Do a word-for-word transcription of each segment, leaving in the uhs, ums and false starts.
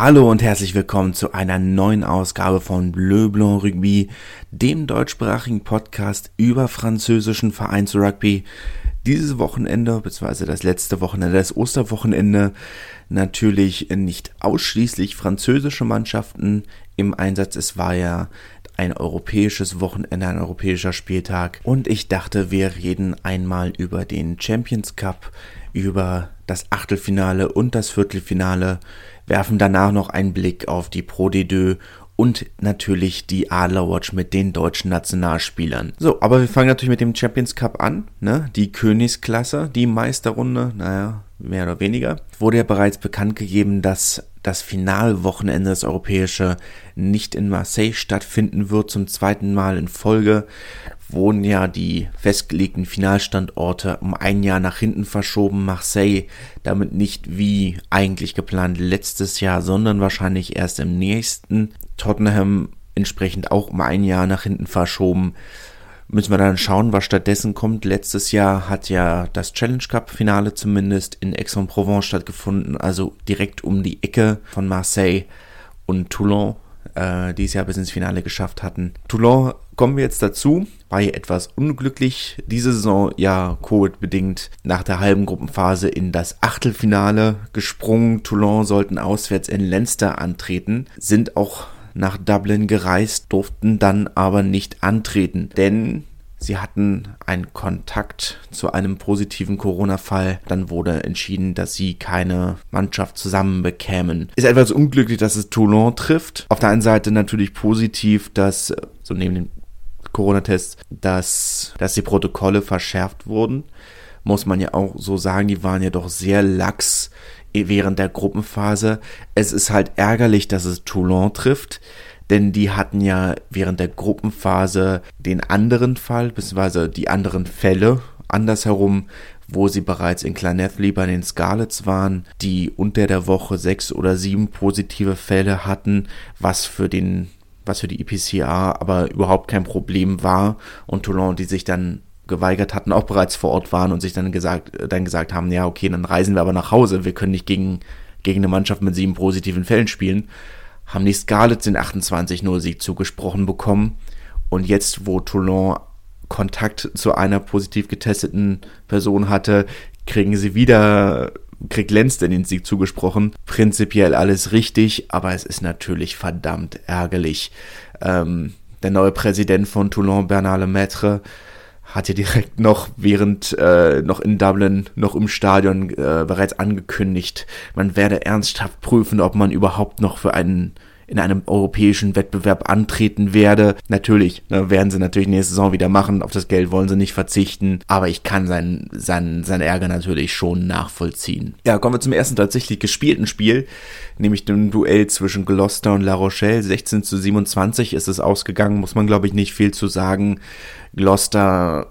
Hallo und herzlich willkommen zu einer neuen Ausgabe von Bleu Blanc Rugby, dem deutschsprachigen Podcast über französischen Vereinsrugby. Dieses Wochenende, beziehungsweise das letzte Wochenende, das Osterwochenende, natürlich nicht ausschließlich französische Mannschaften im Einsatz. Es war ja ein europäisches Wochenende, ein europäischer Spieltag. Und ich dachte, wir reden einmal über den Champions Cup, über das Achtelfinale und das Viertelfinale, werfen danach noch einen Blick auf die Pro D zwei und natürlich die Adlerwatch mit den deutschen Nationalspielern. So, aber wir fangen natürlich mit dem Champions Cup an, ne? Die Königsklasse, die Meisterrunde, naja, mehr oder weniger. Wurde ja bereits bekannt gegeben, dass das Finalwochenende, das europäische, nicht in Marseille stattfinden wird. Zum zweiten Mal in Folge wurden ja die festgelegten Finalstandorte um ein Jahr nach hinten verschoben. Marseille damit nicht wie eigentlich geplant letztes Jahr, sondern wahrscheinlich erst im nächsten. Tottenham entsprechend auch um ein Jahr nach hinten verschoben. Müssen wir dann schauen, was stattdessen kommt. Letztes Jahr hat ja das Challenge Cup Finale zumindest in Aix-en-Provence stattgefunden, also direkt um die Ecke von Marseille und Toulon, äh, die es ja bis ins Finale geschafft hatten. Toulon kommen wir jetzt dazu, war hier etwas unglücklich diese Saison, ja Covid-bedingt, nach der halben Gruppenphase in das Achtelfinale gesprungen. Toulon sollten auswärts in Leinster antreten, sind auch nach Dublin gereist, durften dann aber nicht antreten, denn sie hatten einen Kontakt zu einem positiven Corona-Fall. Dann wurde entschieden, dass sie keine Mannschaft zusammen bekämen. Ist etwas unglücklich, dass es Toulon trifft. Auf der einen Seite natürlich positiv, dass, so neben dem Corona-Test, dass, dass die Protokolle verschärft wurden. Muss man ja auch so sagen, die waren ja doch sehr lax während der Gruppenphase. Es ist halt ärgerlich, dass es Toulon trifft, denn die hatten ja während der Gruppenphase den anderen Fall, beziehungsweise die anderen Fälle, andersherum, wo sie bereits in Llanelli bei den Scarlets waren, die unter der Woche sechs oder sieben positive Fälle hatten, was für den, was für die I P C R aber überhaupt kein Problem war, und Toulon, die sich dann geweigert hatten, auch bereits vor Ort waren und sich dann gesagt, dann gesagt haben, ja okay, dann reisen wir aber nach Hause, wir können nicht gegen, gegen eine Mannschaft mit sieben positiven Fällen spielen, haben die Scarlets den achtundzwanzig null Sieg zugesprochen bekommen, und jetzt, wo Toulon Kontakt zu einer positiv getesteten Person hatte, kriegen sie wieder, kriegt Leinster den Sieg zugesprochen. Prinzipiell alles richtig, aber es ist natürlich verdammt ärgerlich. Ähm, der neue Präsident von Toulon, Bernard Lemaitre, hat ja direkt noch während, äh, noch in Dublin, noch im Stadion äh, bereits angekündigt, man werde ernsthaft prüfen, ob man überhaupt noch für einen, in einem europäischen Wettbewerb antreten werde. Natürlich, ne, werden sie natürlich nächste Saison wieder machen, auf das Geld wollen sie nicht verzichten, aber ich kann seinen, seinen, seinen Ärger natürlich schon nachvollziehen. Ja, kommen wir zum ersten tatsächlich gespielten Spiel, nämlich dem Duell zwischen Gloucester und La Rochelle. sechzehn zu siebenundzwanzig ist es ausgegangen, muss man glaube ich nicht viel zu sagen. Gloucester,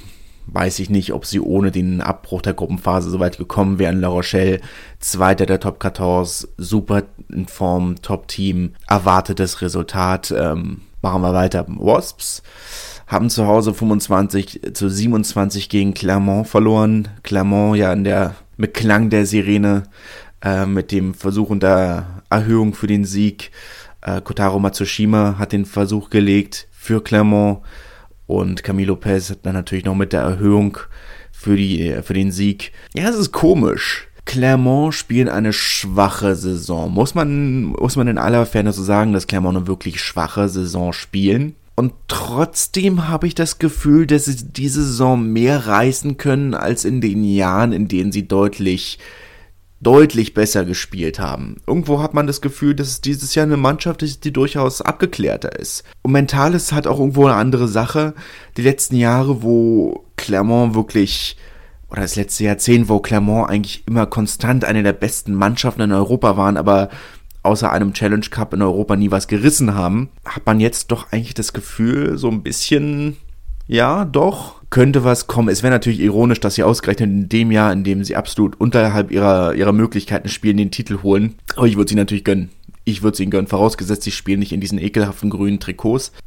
weiß ich nicht, ob sie ohne den Abbruch der Gruppenphase so weit gekommen wären. La Rochelle, Zweiter der Top vierzehn, super in Form, Top-Team, erwartetes Resultat. Ähm, machen wir weiter. Wasps haben zu Hause fünfundzwanzig zu siebenundzwanzig gegen Clermont verloren. Clermont ja in der, mit Klang der Sirene, äh, mit dem Versuch unter Erhöhung für den Sieg. Äh, Kotaro Matsushima hat den Versuch gelegt für Clermont. Und Camille Lopez hat dann natürlich noch mit der Erhöhung für die für den Sieg. Ja, es ist komisch. Clermont spielt eine schwache Saison. Muss man, muss man in aller Fairness so sagen, dass Clermont eine wirklich schwache Saison spielen. Und trotzdem habe ich das Gefühl, dass sie diese Saison mehr reißen können als in den Jahren, in denen sie deutlich deutlich besser gespielt haben. Irgendwo hat man das Gefühl, dass es dieses Jahr eine Mannschaft ist, die durchaus abgeklärter ist. Und mental ist halt auch irgendwo eine andere Sache. Die letzten Jahre, wo Clermont wirklich, oder das letzte Jahrzehnt, wo Clermont eigentlich immer konstant eine der besten Mannschaften in Europa waren, aber außer einem Challenge Cup in Europa nie was gerissen haben, hat man jetzt doch eigentlich das Gefühl, so ein bisschen, ja, doch, könnte was kommen. Es wäre natürlich ironisch, dass sie ausgerechnet in dem Jahr, in dem sie absolut unterhalb ihrer, ihrer Möglichkeiten spielen, den Titel holen. Aber ich würde sie natürlich gönnen. Ich würde es ihnen gönnen, vorausgesetzt, sie spielen nicht in diesen ekelhaften grünen Trikots.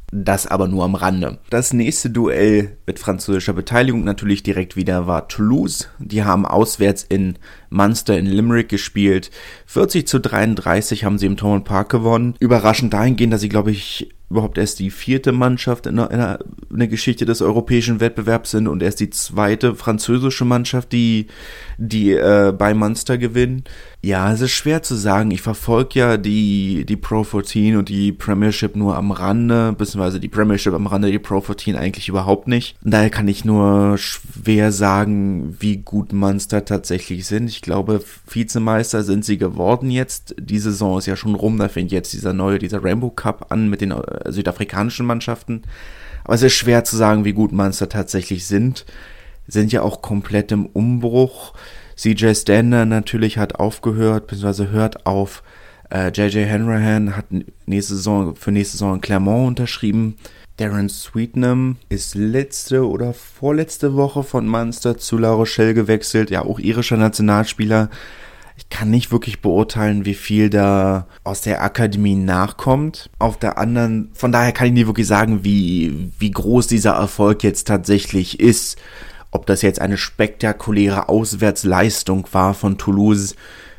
Das aber nur am Rande. Das nächste Duell mit französischer Beteiligung natürlich direkt wieder war Toulouse. Die haben auswärts in Munster in Limerick gespielt. vierzig zu dreiunddreißig haben sie im Thomond Park gewonnen. Überraschend dahingehend, dass sie, glaube ich, überhaupt erst die vierte Mannschaft in der, in, der, in der Geschichte des europäischen Wettbewerbs sind und erst die zweite französische Mannschaft, die, die äh, bei Munster gewinnen. Ja, es ist schwer zu sagen. Ich verfolge ja die, die Pro vierzehn und die Premiership nur am Rande, beziehungsweise die Premiership am Rande, die Pro vierzehn eigentlich überhaupt nicht. Und daher kann ich nur schwer sagen, wie gut Munster tatsächlich sind. Ich glaube, Vizemeister sind sie geworden jetzt. Die Saison ist ja schon rum, da fängt jetzt dieser neue, dieser Rainbow Cup an mit den südafrikanischen Mannschaften. Aber es ist schwer zu sagen, wie gut Munster tatsächlich sind. Sind ja auch komplett im Umbruch. C J Stander natürlich hat aufgehört, beziehungsweise hört auf. Äh, J J Hanrahan hat nächste Saison, für nächste Saison in Clermont unterschrieben. Darren Sweetnam ist letzte oder vorletzte Woche von Munster zu La Rochelle gewechselt. Ja, auch irischer Nationalspieler. Ich kann nicht wirklich beurteilen, wie viel da aus der Akademie nachkommt. Auf der anderen, von daher kann ich nicht wirklich sagen, wie, wie groß dieser Erfolg jetzt tatsächlich ist. Ob das jetzt eine spektakuläre Auswärtsleistung war von Toulouse,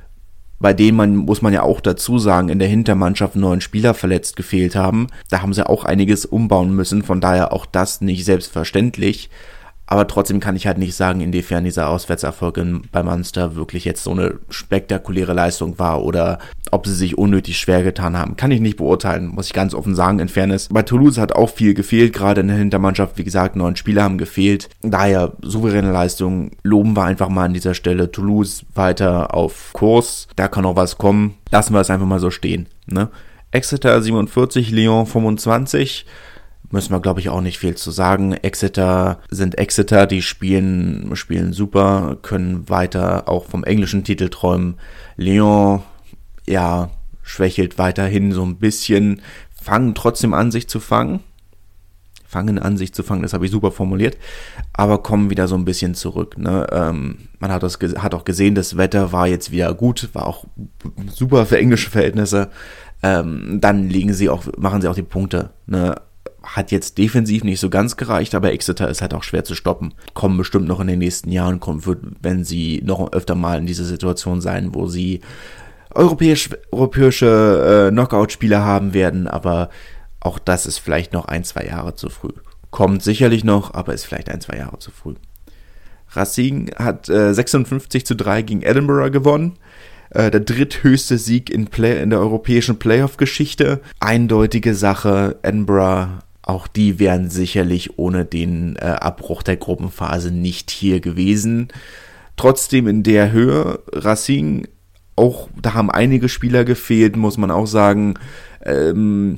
bei denen man, muss man ja auch dazu sagen, in der Hintermannschaft neun Spieler verletzt gefehlt haben. Da haben sie auch einiges umbauen müssen, von daher auch das nicht selbstverständlich. Aber trotzdem kann ich halt nicht sagen, inwiefern dieser Auswärtserfolg in, bei Munster wirklich jetzt so eine spektakuläre Leistung war oder ob sie sich unnötig schwer getan haben. Kann ich nicht beurteilen, muss ich ganz offen sagen, in Fairness. Bei Toulouse hat auch viel gefehlt, gerade in der Hintermannschaft. Wie gesagt, neun Spieler haben gefehlt. Daher souveräne Leistung, loben wir einfach mal an dieser Stelle. Toulouse weiter auf Kurs, da kann noch was kommen. Lassen wir es einfach mal so stehen. Ne? Exeter siebenundvierzig, Lyon fünfundzwanzig. Müssen wir, glaube ich, auch nicht viel zu sagen. Exeter sind Exeter, die spielen spielen super, können weiter auch vom englischen Titel träumen. Lyon, ja, schwächelt weiterhin so ein bisschen, fangen trotzdem an, sich zu fangen. Fangen an, sich zu fangen, das habe ich super formuliert, aber kommen wieder so ein bisschen zurück. Ne? Ähm, man hat, das, hat auch gesehen, das Wetter war jetzt wieder gut, war auch super für englische Verhältnisse. Ähm, dann liegen sie auch, machen sie auch die Punkte, ne? Hat jetzt defensiv nicht so ganz gereicht, aber Exeter ist halt auch schwer zu stoppen. Kommen bestimmt noch in den nächsten Jahren, kommen, wird, wenn sie noch öfter mal in dieser Situation sein, wo sie europäisch, europäische äh, Knockout-Spieler haben werden, aber auch das ist vielleicht noch ein, zwei Jahre zu früh. Kommt sicherlich noch, aber ist vielleicht ein, zwei Jahre zu früh. Racing hat äh, sechsundfünfzig zu drei gegen Edinburgh gewonnen. Äh, der dritthöchste Sieg in, Play- in der europäischen Playoff-Geschichte. Eindeutige Sache, Edinburgh. Auch die wären sicherlich ohne den äh, Abbruch der Gruppenphase nicht hier gewesen. Trotzdem in der Höhe, Racing, auch da haben einige Spieler gefehlt, muss man auch sagen. Ähm,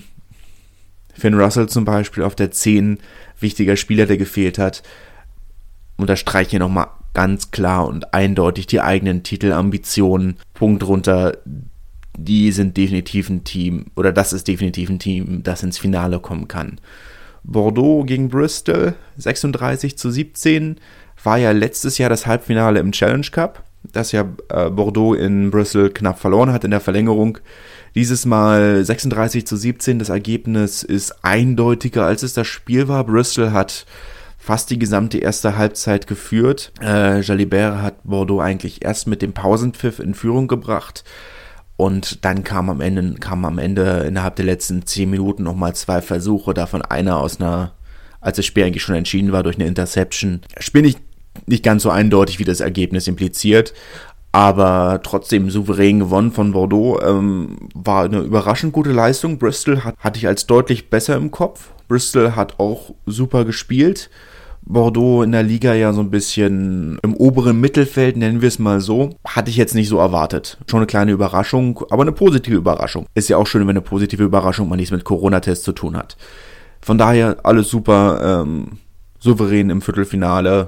Finn Russell zum Beispiel auf der zehn, wichtiger Spieler, der gefehlt hat. Unterstreiche hier nochmal ganz klar und eindeutig die eigenen Titelambitionen. Punkt runter. Die sind definitiv ein Team, oder das ist definitiv ein Team, das ins Finale kommen kann. Bordeaux gegen Bristol, sechsunddreißig zu siebzehn, war ja letztes Jahr das Halbfinale im Challenge Cup, das ja äh, Bordeaux in Bristol knapp verloren hat in der Verlängerung. Dieses Mal sechsunddreißig zu siebzehn, das Ergebnis ist eindeutiger, als es das Spiel war. Bristol hat fast die gesamte erste Halbzeit geführt. Äh, Jalibert hat Bordeaux eigentlich erst mit dem Pausenpfiff in Führung gebracht. Und dann kam am Ende, kam am Ende innerhalb der letzten zehn Minuten nochmal zwei Versuche, davon einer aus einer, als das Spiel eigentlich schon entschieden war, durch eine Interception. Spiel nicht, nicht ganz so eindeutig, wie das Ergebnis impliziert, aber trotzdem souverän gewonnen von Bordeaux. Ähm, war eine überraschend gute Leistung. Bristol hat, hatte ich als deutlich besser im Kopf. Bristol hat auch super gespielt. Bordeaux in der Liga ja so ein bisschen im oberen Mittelfeld, nennen wir es mal so, hatte ich jetzt nicht so erwartet. Schon eine kleine Überraschung, aber eine positive Überraschung. Ist ja auch schön, wenn eine positive Überraschung mal nichts mit Corona-Test zu tun hat. Von daher alles super, ähm, souverän im Viertelfinale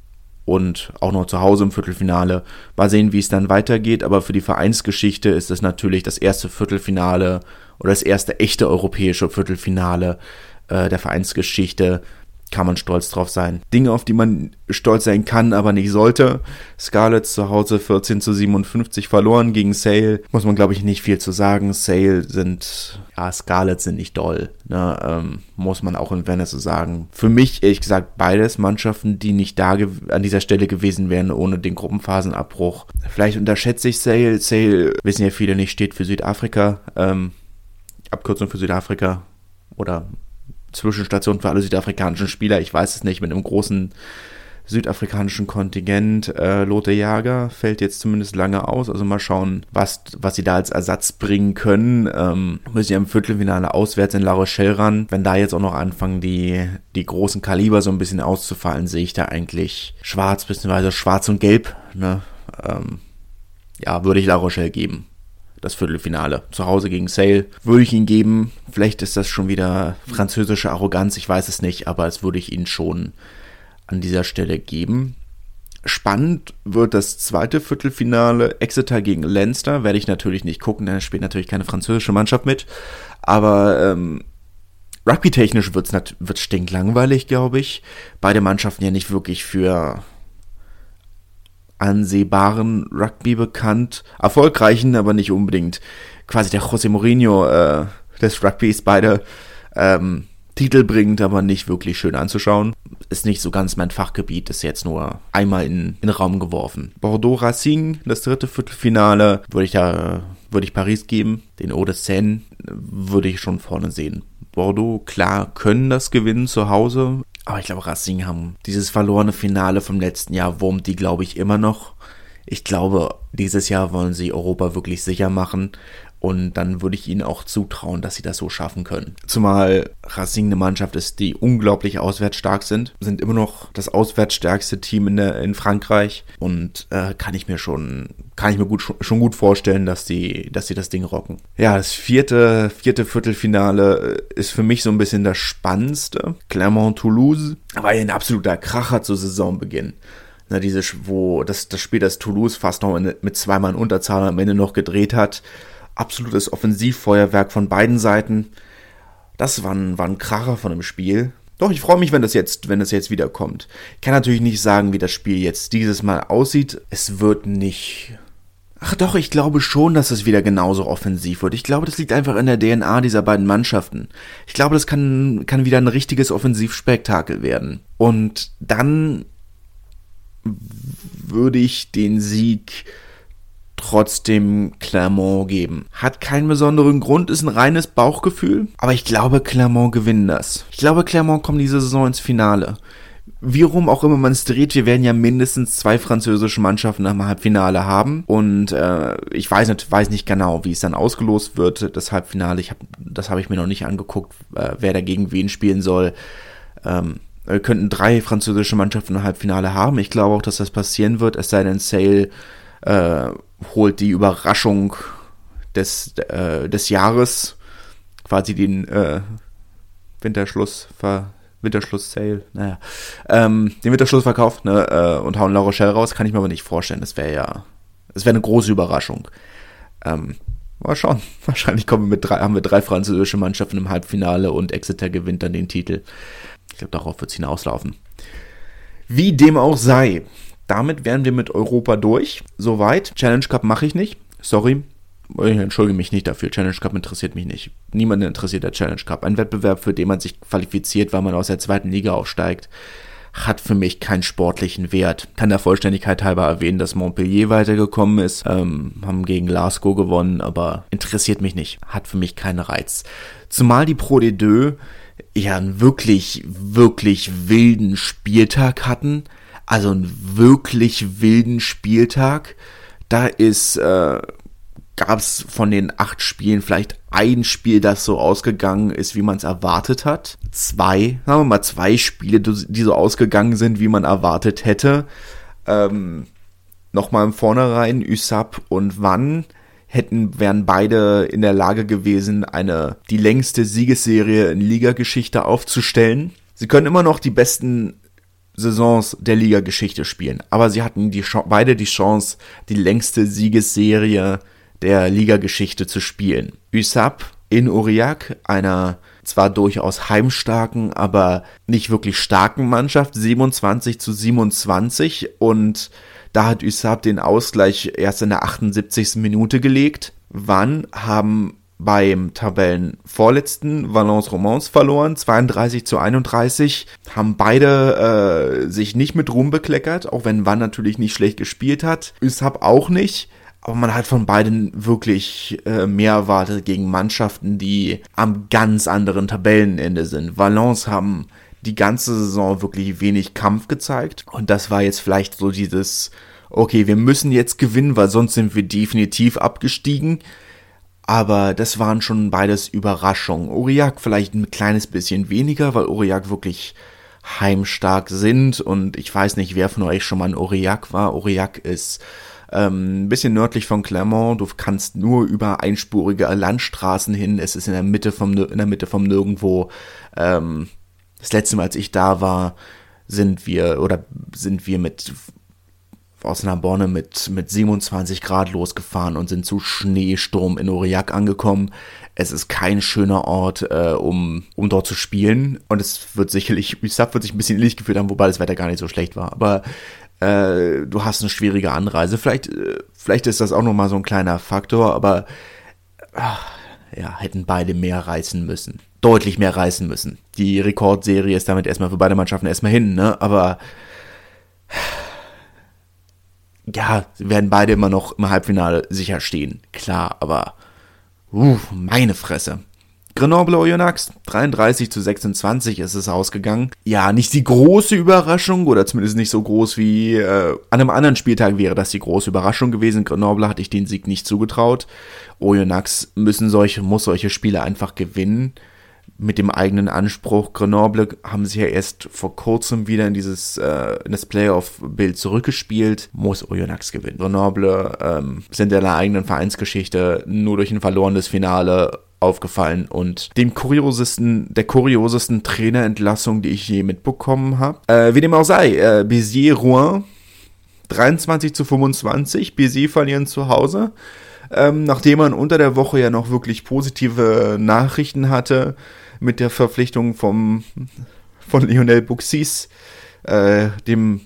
und auch noch zu Hause im Viertelfinale. Mal sehen, wie es dann weitergeht, aber für die Vereinsgeschichte ist es natürlich das erste Viertelfinale oder das erste echte europäische Viertelfinale äh, der Vereinsgeschichte. kann man stolz drauf sein. Dinge, auf die man stolz sein kann, aber nicht sollte. Scarlets zu Hause vierzehn zu siebenundfünfzig verloren gegen Sale. Muss man, glaube ich, nicht viel zu sagen. Sale sind, ja, Scarlets sind nicht doll. Ne? Ähm, muss man auch in Fairness so sagen. Für mich, ehrlich gesagt, beides Mannschaften, die nicht da ge- an dieser Stelle gewesen wären, ohne den Gruppenphasenabbruch. Vielleicht unterschätze ich Sale. Sale, wissen ja viele nicht, steht für Südafrika. Ähm, Abkürzung für Südafrika. Oder Zwischenstation für alle südafrikanischen Spieler, ich weiß es nicht, mit einem großen südafrikanischen Kontingent. Äh, Lothar Jager fällt jetzt zumindest lange aus, also mal schauen, was, was sie da als Ersatz bringen können. Ähm, müssen ja im Viertelfinale auswärts in La Rochelle ran. Wenn da jetzt auch noch anfangen, die, die großen Kaliber so ein bisschen auszufallen, sehe ich da eigentlich schwarz, beziehungsweise schwarz und gelb, ne? Ähm, ja, würde ich La Rochelle geben. Das Viertelfinale. Zu Hause gegen Sale würde ich ihn geben. Vielleicht ist das schon wieder französische Arroganz, ich weiß es nicht, aber es würde ich ihn schon an dieser Stelle geben. Spannend wird das zweite Viertelfinale. Exeter gegen Leinster. Werde ich natürlich nicht gucken, denn es spielt natürlich keine französische Mannschaft mit. Aber ähm, rugby-technisch wird es wird's stinklangweilig, glaube ich. Beide Mannschaften ja nicht wirklich für ansehbaren Rugby bekannt, erfolgreichen, aber nicht unbedingt quasi der José Mourinho äh, des Rugbys, beide ähm, Titel bringt, aber nicht wirklich schön anzuschauen. Ist nicht so ganz mein Fachgebiet, ist jetzt nur einmal in, in den Raum geworfen. Bordeaux-Racing, das dritte Viertelfinale, würde ich da, würde ich Paris geben. Den Eau de Seine würde ich schon vorne sehen. Bordeaux, klar, können das gewinnen zu Hause. Aber ich glaube, Racing haben dieses verlorene Finale vom letzten Jahr, wurmt die, glaube ich, immer noch. Ich glaube, dieses Jahr wollen sie Europa wirklich sicher machen. Und dann würde ich ihnen auch zutrauen, dass sie das so schaffen können. Zumal Racing eine Mannschaft ist, die unglaublich auswärts stark sind. Sind immer noch das auswärtsstärkste Team in, der, in Frankreich. Und äh, kann ich mir schon, kann ich mir gut, schon gut vorstellen, dass die, dass sie das Ding rocken. Ja, das vierte, vierte Viertelfinale ist für mich so ein bisschen das Spannendste. Clermont-Toulouse war ja ein absoluter Kracher zu Saisonbeginn. Na, diese, wo das, das Spiel, das Toulouse fast noch in, mit zwei Mann Unterzahl am Ende noch gedreht hat. Absolutes Offensivfeuerwerk von beiden Seiten. Das war ein, war ein Kracher von dem Spiel. Doch, ich freue mich, wenn das jetzt, wenn das jetzt wiederkommt. Ich kann natürlich nicht sagen, wie das Spiel jetzt dieses Mal aussieht. Es wird nicht... Ach doch, ich glaube schon, dass es wieder genauso offensiv wird. Ich glaube, das liegt einfach in der D N A dieser beiden Mannschaften. Ich glaube, das kann, kann wieder ein richtiges Offensivspektakel werden. Und dann würde ich den Sieg trotzdem Clermont geben. Hat keinen besonderen Grund, ist ein reines Bauchgefühl, aber ich glaube, Clermont gewinnen das. Ich glaube, Clermont kommt diese Saison ins Finale. Wie rum auch immer man es dreht, wir werden ja mindestens zwei französische Mannschaften im Halbfinale haben und äh, ich weiß nicht, weiß nicht genau, wie es dann ausgelost wird, das Halbfinale. Ich hab, das habe ich mir noch nicht angeguckt, äh, wer dagegen wen spielen soll. Ähm, wir könnten drei französische Mannschaften im Halbfinale haben. Ich glaube auch, dass das passieren wird, es sei denn, Sale äh, holt die Überraschung des, äh, des Jahres, quasi den äh, Winterschluss, ver, Winterschluss-Sale, naja, ähm, den Winterschlussverkauf, ne, äh, und hauen La Rochelle raus, kann ich mir aber nicht vorstellen. Das wäre ja, das wäre eine große Überraschung. Ähm, mal schauen. Wahrscheinlich kommen wir mit drei, haben wir drei französische Mannschaften im Halbfinale und Exeter gewinnt dann den Titel. Ich glaube, darauf wird es hinauslaufen. Wie dem auch sei. Damit wären wir mit Europa durch. Soweit. Challenge Cup mache ich nicht. Sorry. Ich entschuldige mich nicht dafür. Challenge Cup interessiert mich nicht. Niemanden interessiert der Challenge Cup. Ein Wettbewerb, für den man sich qualifiziert, weil man aus der zweiten Liga aufsteigt, hat für mich keinen sportlichen Wert. Kann der Vollständigkeit halber erwähnen, dass Montpellier weitergekommen ist. Ähm, haben gegen Glasgow gewonnen, aber interessiert mich nicht. Hat für mich keinen Reiz. Zumal die Pro D deux ja einen wirklich, wirklich wilden Spieltag hatten. Also einen wirklich wilden Spieltag. Da ist, äh, gab es von den acht Spielen vielleicht ein Spiel, das so ausgegangen ist, wie man es erwartet hat. Zwei, sagen wir mal zwei Spiele, die so ausgegangen sind, wie man erwartet hätte. Ähm, Nochmal im Vornherein, U S A P und Wann hätten, wären beide in der Lage gewesen, eine die längste Siegesserie in Ligageschichte aufzustellen. Sie können immer noch die besten Saisons der Liga-Geschichte spielen. Aber sie hatten die beide die Chance, die längste Siegesserie der Liga-Geschichte zu spielen. U S A P in Aurillac, einer zwar durchaus heimstarken, aber nicht wirklich starken Mannschaft, siebenundzwanzig zu siebenundzwanzig, und da hat U S A B den Ausgleich erst in der achtundsiebzigsten Minute gelegt. Wann haben beim Tabellenvorletzten Valence Romans verloren, zweiunddreißig zu einunddreißig, haben beide äh, sich nicht mit Ruhm bekleckert, auch wenn Wann natürlich nicht schlecht gespielt hat, U S A B auch nicht. Aber man hat von beiden wirklich äh, mehr erwartet gegen Mannschaften, die am ganz anderen Tabellenende sind. Valence haben die ganze Saison wirklich wenig Kampf gezeigt. Und das war jetzt vielleicht so dieses, okay, wir müssen jetzt gewinnen, weil sonst sind wir definitiv abgestiegen. Aber das waren schon beides Überraschungen. Aurillac vielleicht ein kleines bisschen weniger, weil Aurillac wirklich heimstark sind. Und ich weiß nicht, wer von euch schon mal in Aurillac war. Aurillac ist Ähm, ein bisschen nördlich von Clermont. Du kannst nur über einspurige Landstraßen hin. Es ist in der Mitte vom, in der Mitte vom Nirgendwo. Ähm, das letzte Mal, als ich da war, sind wir, oder sind wir mit, aus Narbonne mit, mit siebenundzwanzig Grad losgefahren und sind zu Schneesturm in Aurillac angekommen. Es ist kein schöner Ort, äh, um, um dort zu spielen. Und es wird sicherlich, U S A B wird sich ein bisschen ähnlich gefühlt haben, wobei das Wetter gar nicht so schlecht war. Aber Äh, du hast eine schwierige Anreise. Vielleicht, äh, vielleicht ist das auch nochmal so ein kleiner Faktor, aber ach, ja, hätten beide mehr reißen müssen. Deutlich mehr reißen müssen. Die Rekordserie ist damit erstmal für beide Mannschaften erstmal hin, ne? Aber ja, sie werden beide immer noch im Halbfinale sicher stehen. Klar, aber uh, meine Fresse. Grenoble-Oyonnax, dreiunddreißig zu sechsundzwanzig ist es ausgegangen. Ja, nicht die große Überraschung, oder zumindest nicht so groß wie äh, an einem anderen Spieltag wäre das die große Überraschung gewesen. Grenoble hatte ich den Sieg nicht zugetraut. Oyonnax müssen solche, muss solche Spiele einfach gewinnen. Mit dem eigenen Anspruch. Grenoble haben sich ja erst vor kurzem wieder in dieses äh, in das Playoff-Bild zurückgespielt. Muss Oyonnax gewinnen. Grenoble ähm, sind in der eigenen Vereinsgeschichte nur durch ein verlorenes Finale aufgefallen und dem kuriosesten, der kuriosesten Trainerentlassung, die ich je mitbekommen habe. Äh, wie dem auch sei, äh, Béziers Rouen, dreiundzwanzig zu fünfundzwanzig, Béziers verlieren zu Hause, ähm, nachdem man unter der Woche ja noch wirklich positive Nachrichten hatte mit der Verpflichtung vom, von Lionel Bouxis, äh, dem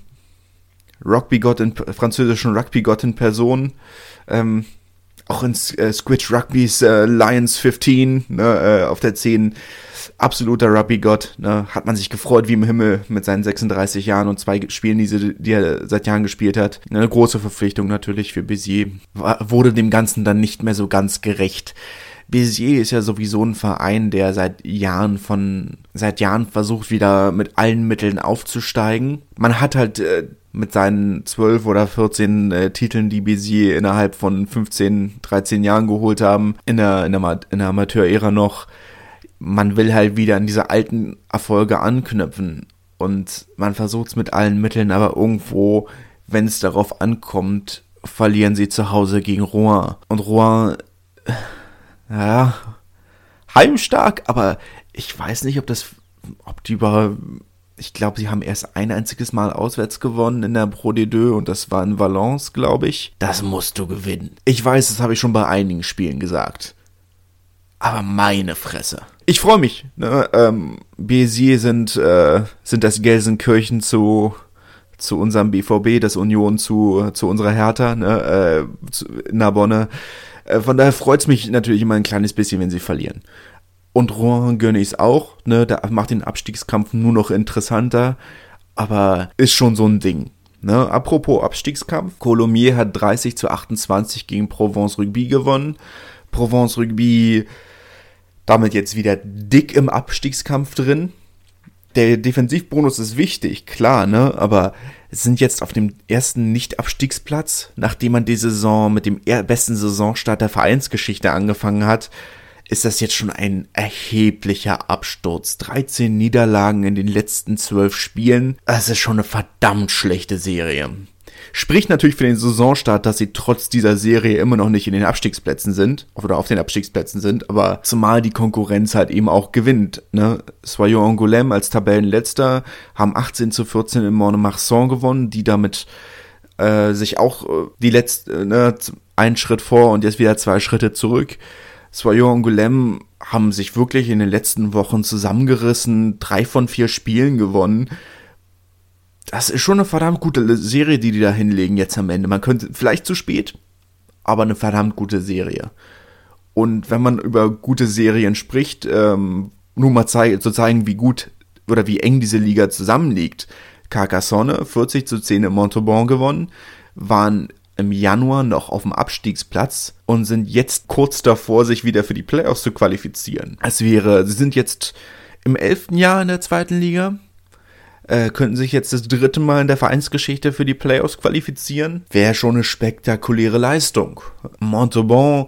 Rugbygott in, französischen Rugbygott in Person, ähm, auch in äh, Squidge Rugbys äh, Lions fünfzehn, ne, äh, auf der zehn, absoluter Rugbygott, ne, hat man sich gefreut wie im Himmel mit seinen sechsunddreißig Jahren und zwei Spielen, die, sie, die er seit Jahren gespielt hat. Eine große Verpflichtung natürlich für Béziers, war, wurde dem Ganzen dann nicht mehr so ganz gerecht. Béziers ist ja sowieso ein Verein, der seit Jahren von, seit Jahren versucht, wieder mit allen Mitteln aufzusteigen. Man hat halt äh, mit seinen zwölf oder vierzehn äh, Titeln, die Béziers innerhalb von fünfzehn, dreizehn Jahren geholt haben, in der, in der, in der Amateur-Ära noch, man will halt wieder an diese alten Erfolge anknüpfen und man versucht es mit allen Mitteln, aber irgendwo, wenn es darauf ankommt, verlieren sie zu Hause gegen Rouen. Und Rouen, äh, ja, heimstark, aber ich weiß nicht, ob das, ob die über... Ich glaube, sie haben erst ein einziges Mal auswärts gewonnen in der Pro D zwei und das war in Valence, glaube ich. Das musst du gewinnen. Ich weiß, das habe ich schon bei einigen Spielen gesagt. Aber meine Fresse. Ich freue mich. Ne? Ähm, Béziers sind, äh, sind das Gelsenkirchen zu, zu unserem B V B, das Union zu, zu unserer Hertha, ne? äh, zu Narbonne. Äh, von daher freut es mich natürlich immer ein kleines bisschen, wenn sie verlieren. Und Rouen gönne ich es auch, ne, da macht den Abstiegskampf nur noch interessanter, aber ist schon so ein Ding, ne. Apropos Abstiegskampf, Coulommiers hat dreißig zu achtundzwanzig gegen Provence Rugby gewonnen. Provence Rugby damit jetzt wieder dick im Abstiegskampf drin. Der Defensivbonus ist wichtig, klar, ne, aber sind jetzt auf dem ersten Nicht-Abstiegsplatz, nachdem man die Saison mit dem besten Saisonstart der Vereinsgeschichte angefangen hat. Ist das jetzt schon ein erheblicher Absturz. dreizehn Niederlagen in den letzten zwölf Spielen. Das ist schon eine verdammt schlechte Serie. Spricht natürlich für den Saisonstart, dass sie trotz dieser Serie immer noch nicht in den Abstiegsplätzen sind. Oder auf den Abstiegsplätzen sind. Aber zumal die Konkurrenz halt eben auch gewinnt. Ne? Soyons Angoulême als Tabellenletzter haben achtzehn zu vierzehn in Mont-de-Marsan gewonnen, die damit äh, sich auch äh, die letzte, äh, ne, einen Schritt vor und jetzt wieder zwei Schritte zurück. Soyons Angoulême haben sich wirklich in den letzten Wochen zusammengerissen, drei von vier Spielen gewonnen. Das ist schon eine verdammt gute Serie, die die da hinlegen jetzt am Ende. Man könnte, vielleicht zu spät, aber eine verdammt gute Serie. Und wenn man über gute Serien spricht, ähm, nur mal zei- zu zeigen, wie gut oder wie eng diese Liga zusammenliegt. Carcassonne, vierzig zu zehn in Montauban gewonnen, waren im Januar noch auf dem Abstiegsplatz und sind jetzt kurz davor, sich wieder für die Playoffs zu qualifizieren. Es wäre, sie sind jetzt im elften Jahr in der zweiten Liga, äh, könnten sich jetzt das dritte Mal in der Vereinsgeschichte für die Playoffs qualifizieren. Wäre schon eine spektakuläre Leistung. Montauban,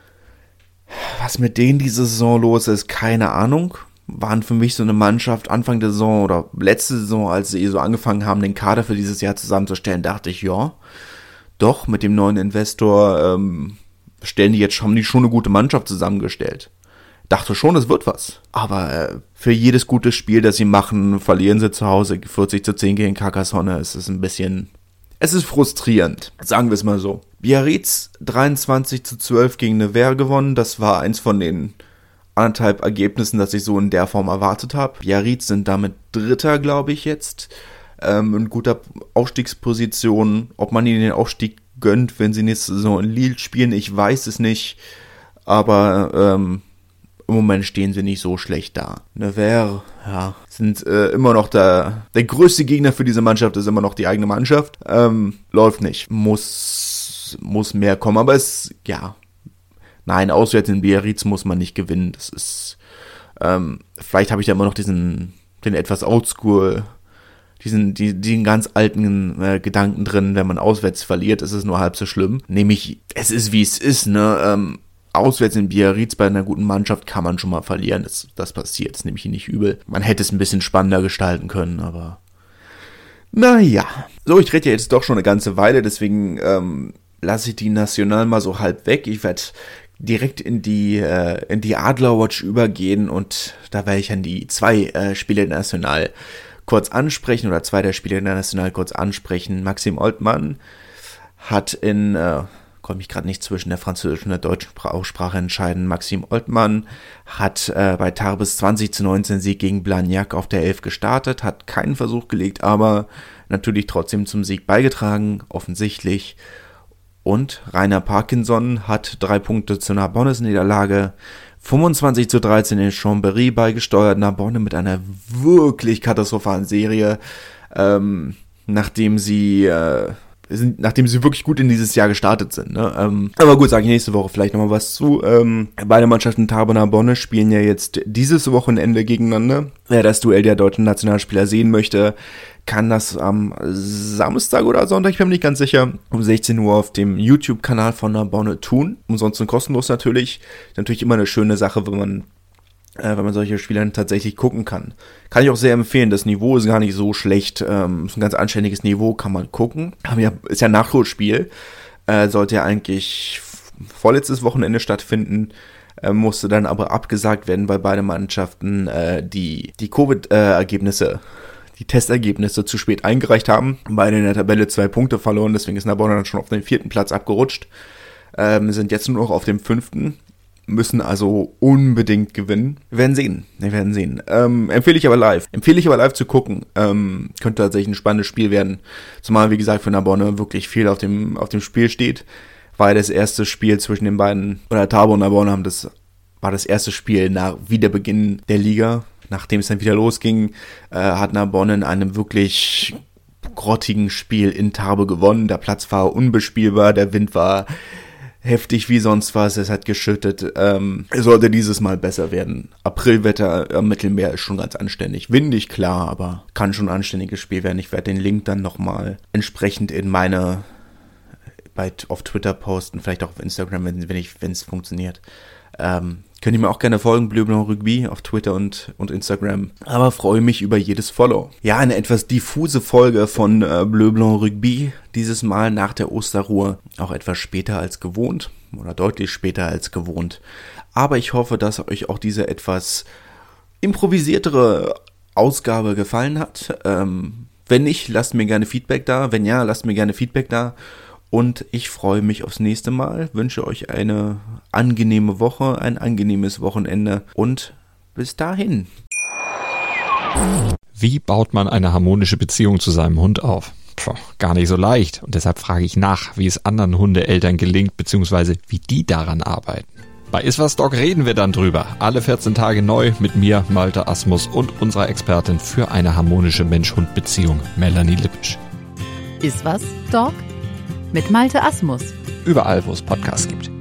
was mit denen diese Saison los ist, keine Ahnung. Waren für mich so eine Mannschaft Anfang der Saison oder letzte Saison, als sie so angefangen haben, den Kader für dieses Jahr zusammenzustellen, dachte ich, ja, doch, mit dem neuen Investor ähm, stellen die jetzt, haben die schon eine gute Mannschaft zusammengestellt. Dachte schon, es wird was. Aber äh, für jedes gute Spiel, das sie machen, verlieren sie zu Hause vierzig zu zehn gegen Carcassonne. Es ist ein bisschen, es ist frustrierend, sagen wir es mal so. Biarritz dreiundzwanzig zu zwölf gegen Nevers gewonnen. Das war eins von den anderthalb Ergebnissen, das ich so in der Form erwartet habe. Biarritz sind damit Dritter, glaube ich, jetzt. Ähm, in guter Aufstiegsposition. Ob man ihnen den Aufstieg gönnt, wenn sie nächste Saison in Lille spielen, ich weiß es nicht. Aber ähm, im Moment stehen sie nicht so schlecht da. Nevers, ja, sind äh, immer noch der, der größte Gegner für diese Mannschaft, ist immer noch die eigene Mannschaft. Ähm, läuft nicht. Muss, muss mehr kommen, aber es, ja, nein, auswärts in Biarritz muss man nicht gewinnen. Das ist, ähm, vielleicht habe ich da immer noch diesen, den etwas oldschool, diesen, die, diesen ganz alten äh, Gedanken drin, wenn man auswärts verliert, ist es nur halb so schlimm. Nämlich, es ist wie es ist, ne, ähm, auswärts in Biarritz bei einer guten Mannschaft kann man schon mal verlieren. Das, das passiert, das nehme ich nicht übel. Man hätte es ein bisschen spannender gestalten können, aber naja. So, ich rede ja jetzt doch schon eine ganze Weile, deswegen ähm, lasse ich die National mal so halb weg. Ich werde direkt in die äh, in die Adlerwatch übergehen und da werde ich an die zwei äh, Spiele der National kurz ansprechen oder zwei der Spiele der National kurz ansprechen. Maxime Oltmann hat in, äh, konnte mich gerade nicht zwischen der französischen und der deutschen Aussprache entscheiden. Maxime Oltmann hat äh, bei Tarbes zwanzig zu neunzehn Sieg gegen Blagnac auf der elf gestartet, hat keinen Versuch gelegt, aber natürlich trotzdem zum Sieg beigetragen, offensichtlich. Und Rainer Parkinson hat drei Punkte zur Narbonnes Niederlage, fünfundzwanzig zu dreizehn in Chambéry beigesteuert. Narbonne mit einer wirklich katastrophalen Serie, ähm, nachdem sie, äh, sind, nachdem sie wirklich gut in dieses Jahr gestartet sind. Ne? Ähm, aber gut, sage ich nächste Woche vielleicht nochmal was zu. Ähm, beide Mannschaften Tarbes Narbonne spielen ja jetzt dieses Wochenende gegeneinander. Wer das Duell der deutschen Nationalspieler sehen möchte, kann das am Samstag oder Sonntag, ich bin mir nicht ganz sicher, um sechzehn Uhr auf dem YouTube-Kanal von Narbonne tun. Umsonst und kostenlos natürlich. Natürlich immer eine schöne Sache, wenn man äh, wenn man solche Spiele tatsächlich gucken kann. Kann ich auch sehr empfehlen. Das Niveau ist gar nicht so schlecht. Ähm, ist ein ganz anständiges Niveau, kann man gucken. Aber ja, ist ja ein Nachholspiel. Äh, sollte ja eigentlich vorletztes Wochenende stattfinden. Äh, musste dann aber abgesagt werden, weil beide Mannschaften äh, die, die Covid-Ergebnisse die Testergebnisse zu spät eingereicht haben. Beide in der Tabelle zwei Punkte verloren, deswegen ist Narbonne dann schon auf den vierten Platz abgerutscht. Ähm, sind jetzt nur noch auf dem fünften, müssen also unbedingt gewinnen. Wir werden sehen, wir werden sehen. Ähm, empfehle ich aber live. Empfehle ich aber live zu gucken. Ähm, könnte tatsächlich ein spannendes Spiel werden. Zumal, wie gesagt, für Narbonne wirklich viel auf dem, auf dem Spiel steht. War ja das erste Spiel zwischen den beiden, oder Tarbes und Narbonne haben das, war das erste Spiel nach Wiederbeginn der Liga. Nachdem es dann wieder losging, äh, hat Narbonne in einem wirklich grottigen Spiel in Tarbes gewonnen. Der Platz war unbespielbar, der Wind war heftig wie sonst was, es hat geschüttet. Ähm, es sollte dieses Mal besser werden. Aprilwetter am Mittelmeer ist schon ganz anständig. Windig, klar, aber kann schon ein anständiges Spiel werden. Ich werde den Link dann nochmal entsprechend in meine, bei, auf Twitter posten, vielleicht auch auf Instagram, wenn wenn ich, wenn es funktioniert. Ähm, könnt ihr mir auch gerne folgen, Bleu Blanc Rugby auf Twitter und, und Instagram. Aber freue mich über jedes Follow. Ja, eine etwas diffuse Folge von äh, Bleu Blanc Rugby. Dieses Mal nach der Osterruhe. Auch etwas später als gewohnt. Oder deutlich später als gewohnt. Aber ich hoffe, dass euch auch diese etwas improvisiertere Ausgabe gefallen hat. Ähm, wenn nicht, lasst mir gerne Feedback da. Wenn ja, lasst mir gerne Feedback da. Und ich freue mich aufs nächste Mal, wünsche euch eine angenehme Woche, ein angenehmes Wochenende und bis dahin. Wie baut man eine harmonische Beziehung zu seinem Hund auf? Puh, gar nicht so leicht. Und deshalb frage ich nach, wie es anderen Hundeeltern gelingt, beziehungsweise wie die daran arbeiten. Bei Iswas Dog reden wir dann drüber. Alle vierzehn Tage neu mit mir, Malte Asmus und unserer Expertin für eine harmonische Mensch-Hund-Beziehung, Melanie Lippisch. Iswas Dog mit Malte Asmus. Überall, wo es Podcasts gibt.